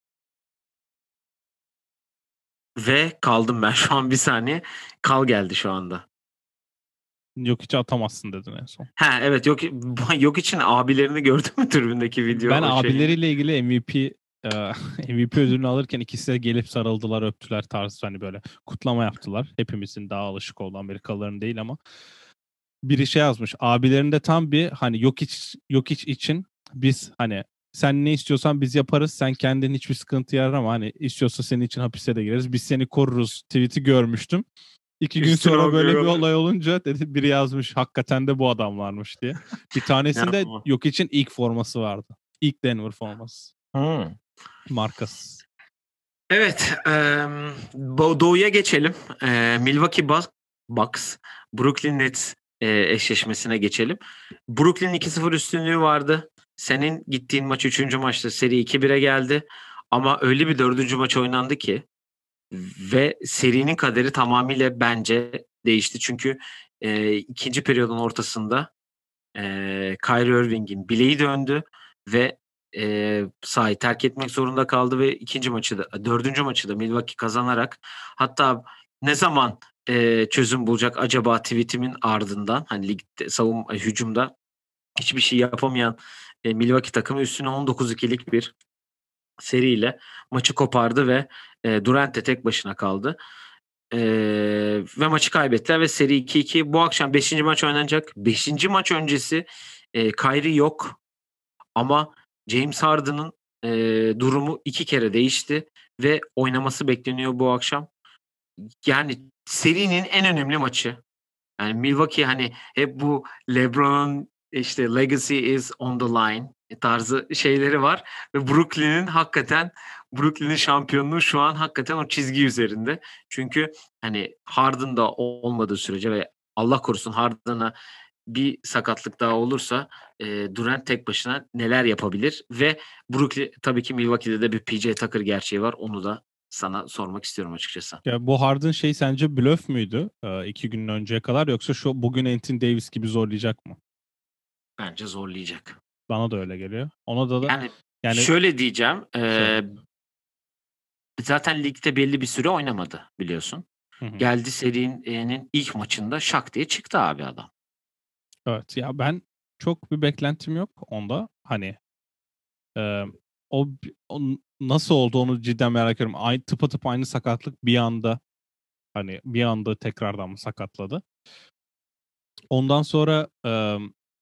ve kaldım ben şu an, bir saniye. Kal geldi şu anda. Yok hiç atamazsın dedin en son. Ha evet, yok yok için abilerini gördün mü tribündeki video Ben o şeyini? abileriyle ilgili M V P e, M V P ödülünü alırken ikisi de gelip sarıldılar, öptüler tarzı hani böyle kutlama yaptılar. Hepimizin daha alışık olduğu Amerikalıların değil ama biri şey yazmış. Abilerinde tam bir hani yok iç yok iç için biz hani sen ne istiyorsan biz yaparız. Sen kendin hiçbir sıkıntı yarama. Hani istiyorsa senin için hapise de gireriz. Biz seni koruruz. Tweet'i görmüştüm. İki gün Üstüne sonra böyle bir okuyor. olay olunca dedi biri yazmış hakikaten de bu adam varmış diye. Bir tanesinde Yapma. yok için ilk forması vardı. İlk Denver forması. Hmm. Markası. Evet, em, Bo- Doğu'ya geçelim. Eee, Milwaukee Bucks, Bucks, Brooklyn Nets eee, eşleşmesine geçelim. Brooklyn iki sıfır üstünlüğü vardı. Senin gittiğin maç üçüncü maçta seri iki bire geldi. Ama öyle bir dördüncü maç oynandı ki ve serinin kaderi tamamıyla bence değişti. Çünkü eee, ikinci periyodun ortasında eee Kyrie Irving'in bileği döndü ve eee sahayı terk etmek zorunda kaldı ve ikinci maçı da dördüncü maçı da Milwaukee kazanarak, hatta ne zaman eee, çözüm bulacak acaba tweetimin ardından, hani ligde savunma hücumda hiçbir şey yapamayan e, Milwaukee takımı üstüne on dokuz ikilik bir seriyle maçı kopardı ve e, Durant de tek başına kaldı. E, ve maçı kaybettiler ve seri iki iki. Bu akşam beşinci maç oynanacak. Beşinci maç öncesi e, Kyrie yok ama James Harden'ın e, durumu iki kere değişti ve oynaması bekleniyor bu akşam. Yani serinin en önemli maçı. Yani Milwaukee hani hep bu LeBron'un işte legacy is on the line tarzı şeyleri var ve Brooklyn'in hakikaten Brooklyn'in şampiyonluğu şu an hakikaten o çizgi üzerinde. Çünkü hani Harden da olmadığı sürece ve Allah korusun Harden'a bir sakatlık daha olursa e, Durant tek başına neler yapabilir ve Brooklyn, tabii ki Milwaukee'de de bir P J Tucker gerçeği var. Onu da sana sormak istiyorum açıkçası. Ya bu Harden şey sence blöf müydü e, iki gün önceye kadar yoksa şu bugün Anthony Davis gibi zorlayacak mı? Bence zorlayacak. Bana da öyle geliyor. Ona da da Yani yani şöyle diyeceğim. söyle. eee, zaten ligde belli bir süre oynamadı biliyorsun. Hı hı. Geldi serinin ilk maçında şak diye çıktı abi adam. Evet ya ben çok bir beklentim yok onda. Hani e, o, o nasıl oldu onu cidden merak ediyorum. Aynı, tıpatıp aynı sakatlık bir anda hani bir anda tekrardan mı sakatladı? Ondan sonra e,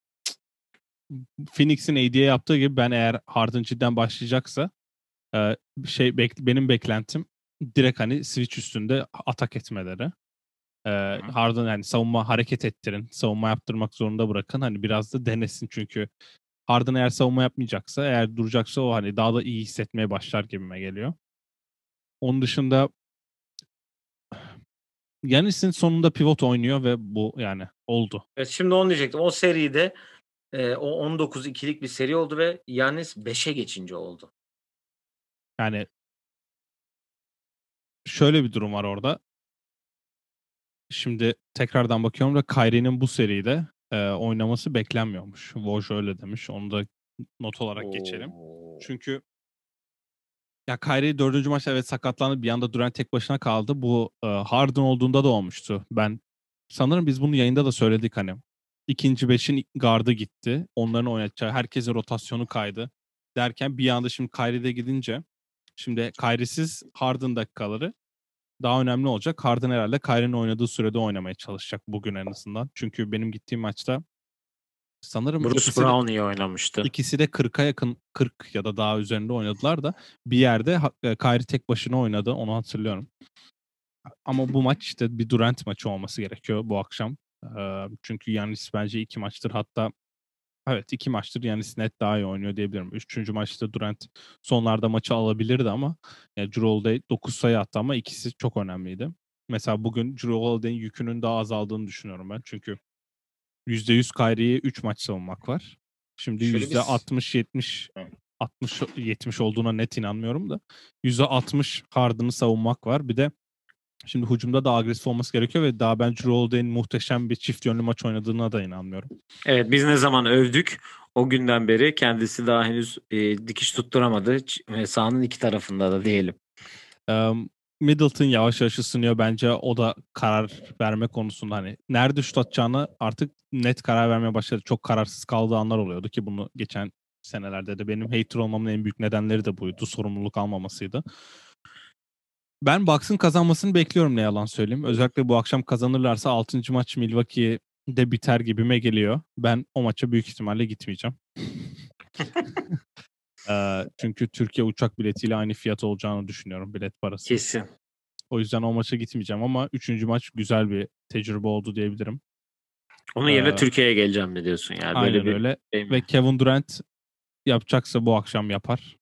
Phoenix'in A D'ye yaptığı gibi ben eğer Harden cidden başlayacaksa e, şey bek- benim beklentim direkt hani switch üstünde atak etmeleri. E, Hı hı. Harden yani savunma hareket ettirin, savunma yaptırmak zorunda bırakın. Hani biraz da denesin çünkü Harden eğer savunma yapmayacaksa, eğer duracaksa o hani daha da iyi hissetmeye başlar gibime geliyor. Onun dışında Giannis'in sonunda pivot oynuyor ve bu yani oldu. Evet, şimdi onu diyecektim. O seride e, o on dokuz ikilik bir seri oldu ve Giannis beşe geçince oldu. Yani şöyle bir durum var orada. Şimdi tekrardan bakıyorum da Kyrie'nin bu seride e, oynaması beklenmiyormuş. Woj öyle demiş. Onu da not olarak geçelim. Oo. Çünkü ya Kyrie dördüncü maçta evet sakatlandı. Bir anda Durant tek başına kaldı. Bu e, Harden olduğunda da olmuştu. Ben sanırım biz bunu yayında da söyledik hani. İkinci beşin gardı gitti. Onların oynatacağı herkesin rotasyonu kaydı. Derken bir anda şimdi Kyrie de gidince şimdi Kyrie'siz Harden dakikaları daha önemli olacak. Harden herhalde Kyrie'nin oynadığı sürede oynamaya çalışacak bugün en azından. Çünkü benim gittiğim maçta sanırım Bruce ikisi de, Brown iyi oynamıştı. ikisi de kırka yakın kırk ya da daha üzerinde oynadılar da bir yerde ha- e, Kyrie tek başına oynadı. Onu hatırlıyorum. Ama bu maç işte bir Durant maçı olması gerekiyor bu akşam. Ee, çünkü Giannis bence iki maçtır hatta evet iki maçtır Giannis net daha iyi oynuyor diyebilirim. Üçüncü maçta Durant sonlarda maçı alabilirdi ama yani Jrue Holiday dokuz sayı attı ama ikisi çok önemliydi. Mesela bugün Jrue Holiday'in yükünün daha azaldığını düşünüyorum ben. Çünkü yüzde yüz Kyrie'yi üç maç savunmak var. Şimdi Şöyle yüzde bir altmış yetmiş Hı. altmış yetmiş olduğuna net inanmıyorum da yüzde altmış Harden'ı savunmak var. Bir de şimdi hücumda da agresif olması gerekiyor ve daha ben Jrue Holiday'in muhteşem bir çift yönlü maç oynadığına da inanmıyorum. Evet, biz ne zaman övdük o günden beri kendisi daha henüz e, dikiş tutturamadı. Ç- e, Sahanın iki tarafında da diyelim. Um, Middleton yavaş yavaş ısınıyor. Bence o da karar verme konusunda hani nerede şut atacağını artık net karar vermeye başladı. Çok kararsız kaldığı anlar oluyordu ki bunu geçen senelerde de benim hater olmamın en büyük nedenleri de buydu. Sorumluluk almamasıydı. Ben Bucks'ın kazanmasını bekliyorum ne yalan söyleyeyim. Özellikle bu akşam kazanırlarsa altıncı maç Milwaukee'de biter gibime geliyor. Ben o maça büyük ihtimalle gitmeyeceğim. Ee, çünkü Türkiye uçak biletiyle aynı fiyat olacağını düşünüyorum bilet parası. Kesin. O yüzden o maça gitmeyeceğim ama üçüncü maç güzel bir tecrübe oldu diyebilirim. Onun yerine Ee, Türkiye'ye geleceğim mi diyorsun yani böyle aynen bir öyle. şey Ve mi? Kevin Durant yapacaksa bu akşam yapar.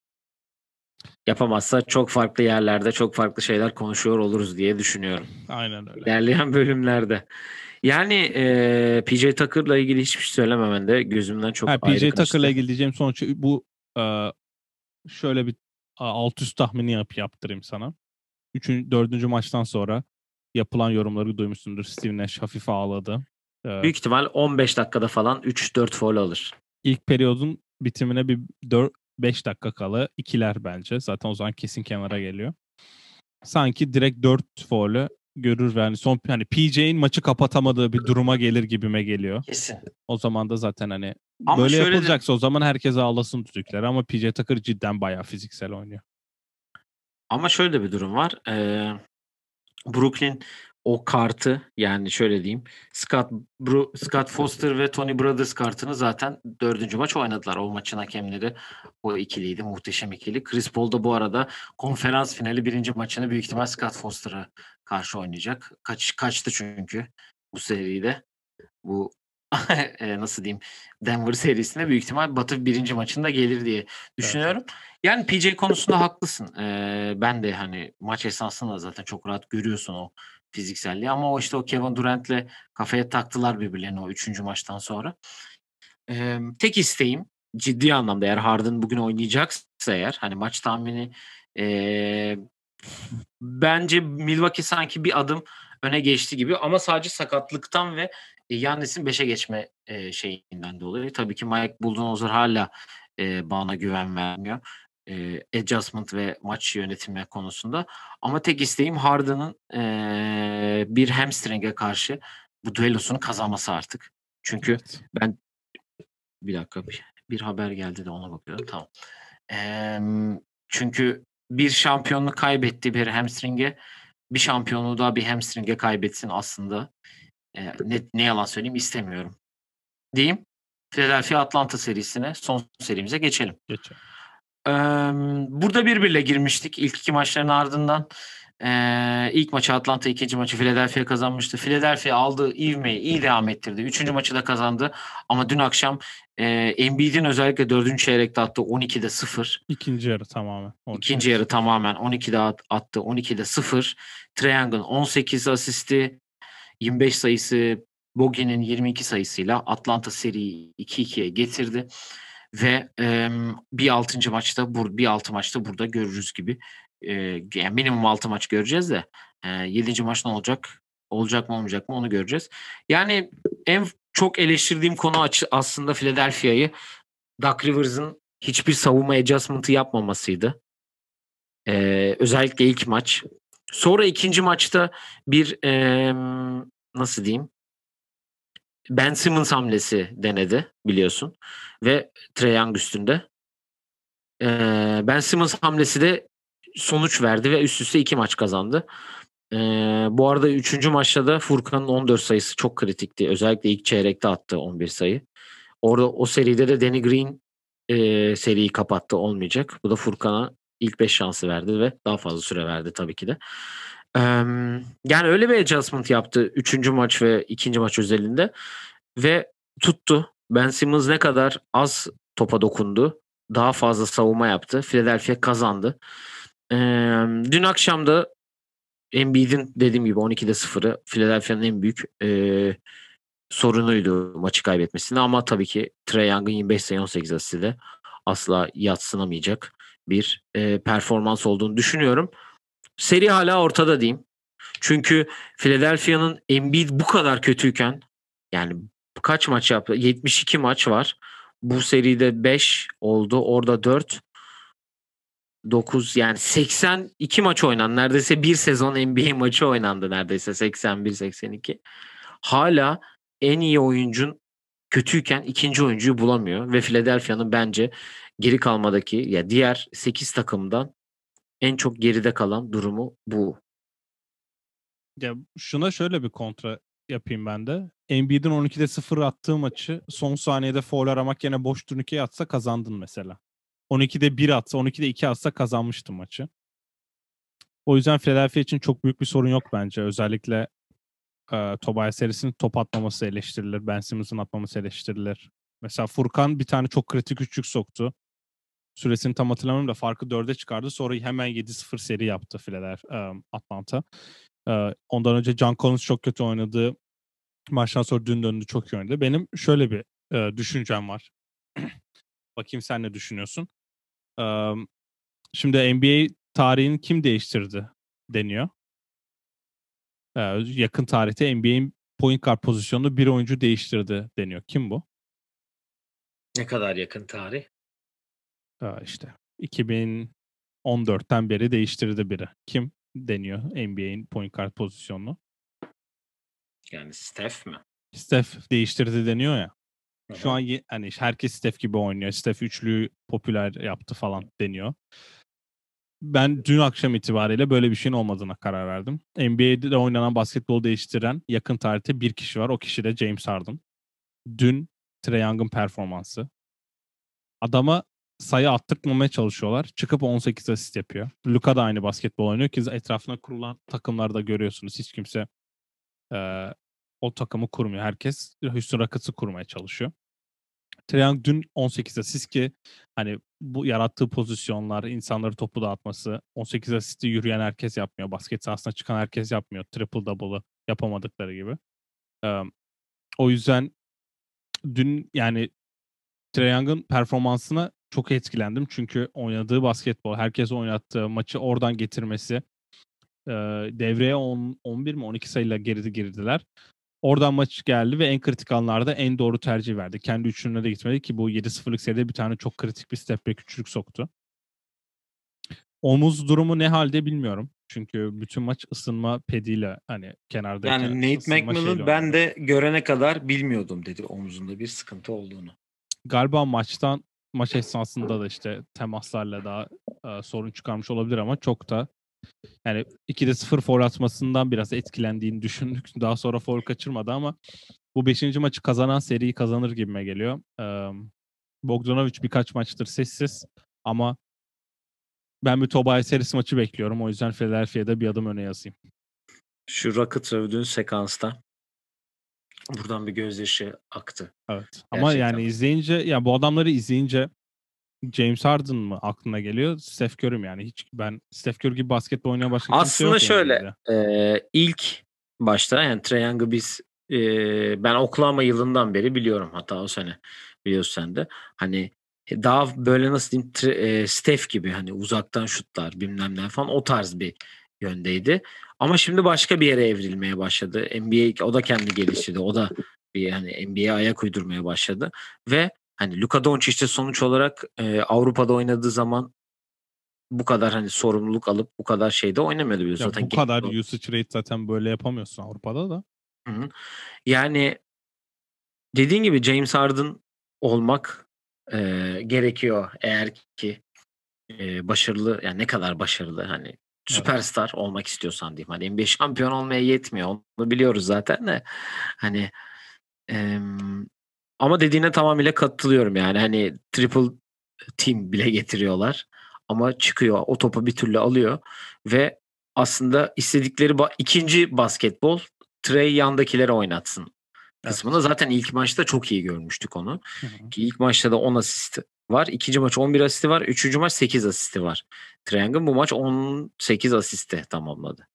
Yapamazsa çok farklı yerlerde çok farklı şeyler konuşuyor oluruz diye düşünüyorum. Aynen öyle. İlerleyen bölümlerde. Yani e, P J Tucker'la ilgili hiçbir şey söylememen de gözümden çok Ha, ayrı P J Tucker'la kaçtı. ilgili diyeceğim sonuç bu e, şöyle bir a, alt üst tahmini yap, yaptırayım sana. Üçüncü, dördüncü maçtan sonra yapılan yorumları duymuşsundur. Steve Nash hafif ağladı. Ee, Büyük ihtimal on beş dakikada falan üç dört foul alır. ilk periyodun bitimine bir dört beş dakika kala ikiler bence. Zaten o zaman kesin kenara geliyor. Sanki direkt dört faul'ü görür ve hani son hani P J'in maçı kapatamadığı bir duruma gelir gibime geliyor. Kesin. O zaman da zaten hani Ama böyle şöyle de yapılacaksa o zaman herkes ağlasın düdükler ama P J Tucker cidden bayağı fiziksel oynuyor. ama şöyle de bir durum var. Ee, Brooklyn o kartı yani şöyle diyeyim Scott Bru- Scott Foster ve Tony Brothers kartını zaten dördüncü maç oynadılar. O maçın hakemleri o ikiliydi. Muhteşem ikili. Chris Paul da bu arada konferans finali birinci maçını büyük ihtimal Scott Foster'a karşı oynayacak. Kaç kaçtı çünkü bu seride. Bu e, nasıl diyeyim Denver serisine büyük ihtimal Batı birinci maçında gelir diye düşünüyorum. Yani P J konusunda haklısın. Ee, ben de hani maç esnasında zaten çok rahat görüyorsun o fizikselliği ama o işte o Kevin Durant'le kafaya taktılar birbirlerini o üçüncü maçtan sonra. Ee, tek isteğim ciddi anlamda eğer Harden bugün oynayacaksa eğer hani maç tahmini ee, bence Milwaukee sanki bir adım öne geçti gibi ama sadece sakatlıktan ve Giannis'in beşe geçme e, şeyinden dolayı. Tabii ki Mike Budenholzer hala e, bana güven vermiyor. E, adjustment ve maç yönetimi konusunda. Ama tek isteğim Harden'ın e, bir hamstring'e karşı bu düellosunu kazanması artık. Çünkü Evet. ben bir dakika bir, bir haber geldi de ona bakıyorum. Tamam. E, çünkü bir şampiyonluk kaybetti bir hamstring'e bir şampiyonluğu daha bir hamstring'e kaybetsin aslında. E, ne, ne yalan söyleyeyim istemiyorum. Diyeyim. Philadelphia Atlanta serisine son serimize geçelim. Geçelim. Ee, burada birbirle girmiştik ilk iki maçların ardından. Ee, ilk maçı Atlanta, ikinci maçı Philadelphia kazanmıştı. Philadelphia aldığı ivmeyi iyi devam ettirdi. Üçüncü maçı da kazandı. Ama dün akşam e, Embiid'in özellikle dördüncü çeyrekte attığı on ikide sıfır. İkinci yarı tamamen. İkinci yarı tamamen on ikide at, attı. on ikide sıfır. Trae Young'ın on sekiz asisti, yirmi beş sayısı, Bogi'nin yirmi iki sayısıyla Atlanta seriyi iki ikiye getirdi. Ve e, bir altıncı maçta bur bir altı maçta burada görürüz gibi. E, yani minimum altı maç göreceğiz de e, yedinci maç ne olacak? Olacak mı olmayacak mı onu göreceğiz. Yani en çok eleştirdiğim konu açı, aslında Philadelphia'yı Doc Rivers'ın hiçbir savunma adjustment'ı yapmamasıydı. Ee, özellikle ilk maç. Sonra ikinci maçta bir ee, nasıl diyeyim? Ben Simmons hamlesi denedi biliyorsun. Ve Trae Young üstünde. Ee, Ben Simmons hamlesi de sonuç verdi ve üst üste iki maç kazandı. Ee, bu arada üçüncü maçta da Furkan'ın on dört sayısı çok kritikti. Özellikle ilk çeyrekte attı on bir sayı. Orada o seride de Danny Green e, seriyi kapattı, olmayacak. Bu da Furkan'a ilk beş şansı verdi ve daha fazla süre verdi tabii ki de. Ee, Yani öyle bir adjustment yaptı üçüncü maç ve ikinci maç özelinde ve tuttu. Ben Simmons ne kadar az topa dokundu, daha fazla savunma yaptı. Philadelphia kazandı. Ee, Dün akşam da Embiid'in dediğim gibi on ikide sıfırı Philadelphia'nın en büyük e, sorunuydu maçı kaybetmesine, ama tabii ki Trae Young'ın yirmi beş sayı on sekiz asisti de asla yadsınamayacak bir e, performans olduğunu düşünüyorum. Seri hala ortada diyeyim. Çünkü Philadelphia'nın Embiid bu kadar kötüyken, yani kaç maç yaptı? yetmiş iki maç var. Bu seride beş oldu. Orada dört, dokuz, yani seksen iki maç oynandı. Neredeyse bir sezon N B A maçı oynandı neredeyse, seksen bir seksen iki. Hala en iyi oyuncun kötüyken ikinci oyuncuyu bulamıyor ve Philadelphia'nın bence geri kalmadaki, ya diğer sekiz takımdan en çok geride kalan durumu bu. Ya şuna şöyle bir kontra yapayım ben de. Embiid'in on ikide sıfır attığı maçı son saniyede foul aramak yerine boş turnike atsa kazandın mesela. on ikide bir atsa, on ikide iki atsa kazanmıştın maçı. O yüzden Philadelphia için çok büyük bir sorun yok bence. Özellikle e, Tobias Harris'in top atmaması eleştirilir. Ben Simmons'ın atmaması eleştirilir. Mesela Furkan bir tane çok kritik üçlük soktu. Süresini tam hatırlamıyorum da farkı dörde çıkardı. Sonra hemen yedi sıfır seri yaptı Philadelphia, e, Atlanta. E, ondan önce John Collins çok kötü oynadı. Maçtan sonra dün döndü, çok iyi oynadı. Benim şöyle bir e, düşüncem var. Bakayım sen ne düşünüyorsun? E, Şimdi N B A tarihini kim değiştirdi deniyor. E, yakın tarihte N B A'in point guard pozisyonunu bir oyuncu değiştirdi deniyor. Kim bu? Ne kadar yakın tarih? E, işte iki bin on dörtten beri değiştirdi biri. Kim deniyor N B A'in point guard pozisyonunu? Yani Steph mi? Steph değiştirdi deniyor ya. Şu Hı-hı. an ye- hani herkes Steph gibi oynuyor. Steph üçlüyü popüler yaptı falan deniyor. Ben dün akşam itibariyle böyle bir şeyin olmadığına karar verdim. N B A'de oynanan basketbolu değiştiren yakın tarihte bir kişi var. O kişi de James Harden. Dün Trae Young'ın performansı. Adama sayı attırmamaya çalışıyorlar. Çıkıp on sekiz asist yapıyor. Luka da aynı basketbol oynuyor ki etrafına kurulan takımlarda görüyorsunuz. Hiç kimse e, o takımı kurmuyor. Herkes Houston Rockets'ı kurmaya çalışıyor. Trae Young dün on sekiz asist ki hani bu yarattığı pozisyonlar, insanları topu dağıtması, on sekiz asisti yürüyen herkes yapmıyor. Basket sahasına çıkan herkes yapmıyor. Triple double'ı yapamadıkları gibi. Ee, O yüzden dün yani Trae Young'ın performansına çok etkilendim. Çünkü oynadığı basketbol, herkes oynattığı maçı oradan getirmesi, e, devreye on, on bir mi on iki sayıyla geride girdiler. Oradan maç geldi ve en kritik anlarda en doğru tercih verdi. Kendi üçlüğüne de gitmedi ki bu yedi sıfırlık seride bir tane çok kritik bir step back üçlük soktu. Omuz durumu ne halde bilmiyorum. Çünkü bütün maç ısınma pediyle hani kenardayken Yani Nate ısınma şeyle McMillan, ben oynadı. de görene kadar bilmiyordum dedi omzunda bir sıkıntı olduğunu. Galiba maçtan maç esnasında da işte temaslarla daha e, sorun çıkarmış olabilir ama çok da yani ikide sıfır foul atmasından biraz etkilendiğini düşündük. Daha sonra foul kaçırmadı ama bu beşinci maçı kazanan seriyi kazanır gibime geliyor. Ee, Bogdanovic birkaç maçtır sessiz ama ben bir Tobias Harris maçı bekliyorum. O yüzden Philadelphia'da bir adım öne yazayım. Şu Rockets övdüğün sekansta Buradan bir gözyaşı aktı. Evet. Ama Gerçekten. yani izleyince ya bu adamları izleyince James Harden mı aklına geliyor? Steph Curry mi yani? Hiç ben Steph Curry gibi basketbol oynayan başka kimse Aslında yok şöyle, N B A'de. e, ilk başta yani Trae Young'ı biz e, ben Oklahoma yılından beri biliyorum, hatta o sene biliyorsun sen de. Hani e, daha böyle nasıl diyeyim, Tre- e, Steph gibi hani uzaktan şutlar bilmem ne falan, o tarz bir yöndeydi. Ama şimdi başka bir yere evrilmeye başladı. N B A o da kendi geliştirdi. O da bir hani N B A'ye ayak uydurmaya başladı ve hani Luka Doncic de sonuç olarak e, Avrupa'da oynadığı zaman bu kadar hani sorumluluk alıp bu kadar şeyde oynamıyordu biliyorsun. Ya bu Zaten genç kadar o. usage rate zaten böyle yapamıyorsun Avrupa'da da. Hı hı. Yani dediğin gibi James Harden olmak e, gerekiyor eğer ki e, başarılı, yani ne kadar başarılı, hani Evet. süperstar olmak istiyorsan diyeyim. Hani N B A şampiyon olmaya yetmiyor. Onu biliyoruz zaten de. Hani em, ama dediğine tamamıyla katılıyorum yani. Hani triple team bile getiriyorlar. Ama çıkıyor, o topu bir türlü alıyor ve aslında istedikleri ba- ikinci basketbol, Trey yandakilere oynatsın kısmında. Evet. Zaten ilk maçta çok iyi görmüştük onu. Hı hı. Ki ilk maçta da on asist var. İkinci maç on bir asisti var. Üçüncü maç sekiz asisti var. Trae Young'ın bu maç on sekiz asiste tamamladı.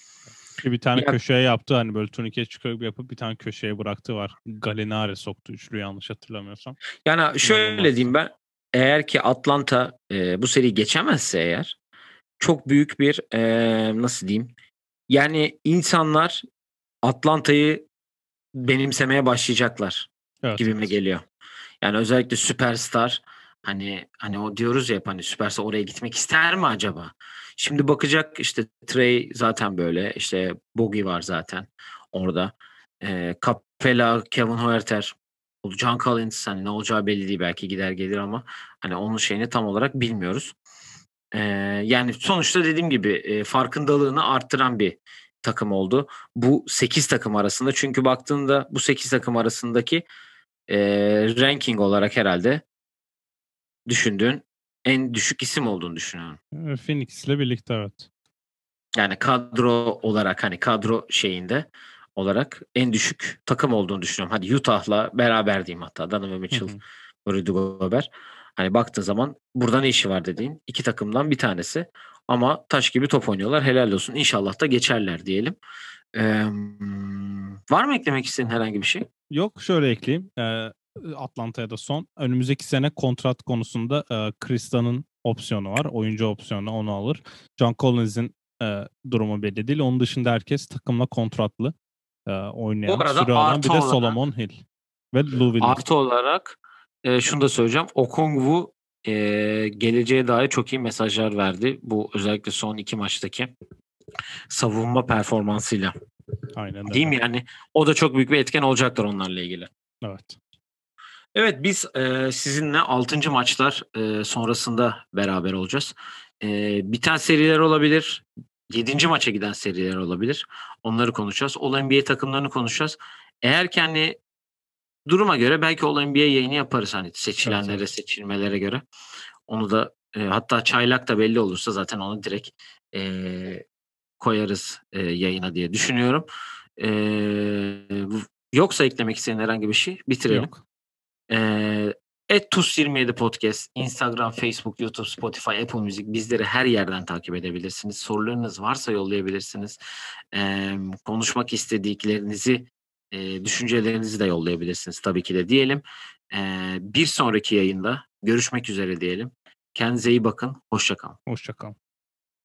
Ki bir tane Ya köşeye yaptı hani böyle turnike çıkıyor yapıp bir tane köşeye bıraktı var. Gallinari soktu üçlü yanlış hatırlamıyorsam. yani şöyle diyeyim İnanılmazdı. ben, eğer ki Atlanta e, bu seriyi geçemezse eğer, çok büyük bir e, nasıl diyeyim, yani insanlar Atlanta'yı benimsemeye başlayacaklar Evet gibime evet. geliyor. Yani özellikle süperstar, hani hani o diyoruz ya hep, hani süperstar oraya gitmek ister mi acaba? Şimdi bakacak işte, Trey zaten böyle, işte Bogey var zaten orada. Ee, Capella, Kevin Huerter, John Collins, hani ne olacağı belli değil, belki gider gelir ama hani onun şeyini tam olarak bilmiyoruz. Ee, Yani sonuçta dediğim gibi e, farkındalığını arttıran bir takım oldu. Bu sekiz takım arasında, çünkü baktığında bu sekiz takım arasındaki e, ranking olarak herhalde düşündüğün en düşük isim olduğunu düşünüyorum. Ee, Phoenix'le birlikte evet. Yani kadro olarak, hani kadro şeyinde olarak en düşük takım olduğunu düşünüyorum. Hadi Utah'la beraber diyeyim, hatta Donovan Hı Mitchell, hı. Rudy Gobert. Hani baktığın zaman burada ne işi var dediğin iki takımdan bir tanesi. Ama taş gibi top oynuyorlar. Helal olsun. İnşallah da geçerler diyelim. Ee, Var mı eklemek istediğin herhangi bir şey? Yok şöyle ekleyeyim. Ee, Atlanta'ya da son. Önümüzdeki sene kontrat konusunda e, Krista'nın opsiyonu var. Oyuncu opsiyonu onu alır. John Collins'in e, durumu belli değil. Onun dışında herkes takımla kontratlı e, Bu oynayan, arada süre alan. Bir artı de olarak Solomon Hill ve Lou Williams. Artı olarak e, şunu da söyleyeceğim. Okongwu e, geleceğe dair çok iyi mesajlar verdi. Bu özellikle son iki maçtaki savunma performansıyla. Aynen Değil öyle. mi yani? O da çok büyük bir etken olacaktır onlarla ilgili. Evet. Evet, biz e, sizinle altıncı maçlar e, sonrasında beraber olacağız. E, biten seriler olabilir. Yedinci maça giden seriler olabilir. Onları konuşacağız. All N B A takımlarını konuşacağız. Eğer ki hani duruma göre belki All N B A yayını yaparız, hani Evet seçilenlere, evet. seçilmelere göre. Onu da e, hatta çaylak da belli olursa zaten onu direkt e, koyarız e, yayına diye düşünüyorum. E, Yoksa eklemek istediğin herhangi bir şey, bitirelim. Yok. E, et tus yirmi yedi Podcast, Instagram, Facebook, YouTube, Spotify, Apple Music, bizleri her yerden takip edebilirsiniz. Sorularınız varsa yollayabilirsiniz. E, konuşmak istediklerinizi, e, düşüncelerinizi de yollayabilirsiniz tabii ki de diyelim. E, bir sonraki yayında görüşmek üzere diyelim. Kendinize iyi bakın. Hoşça kalın. Hoşça kal.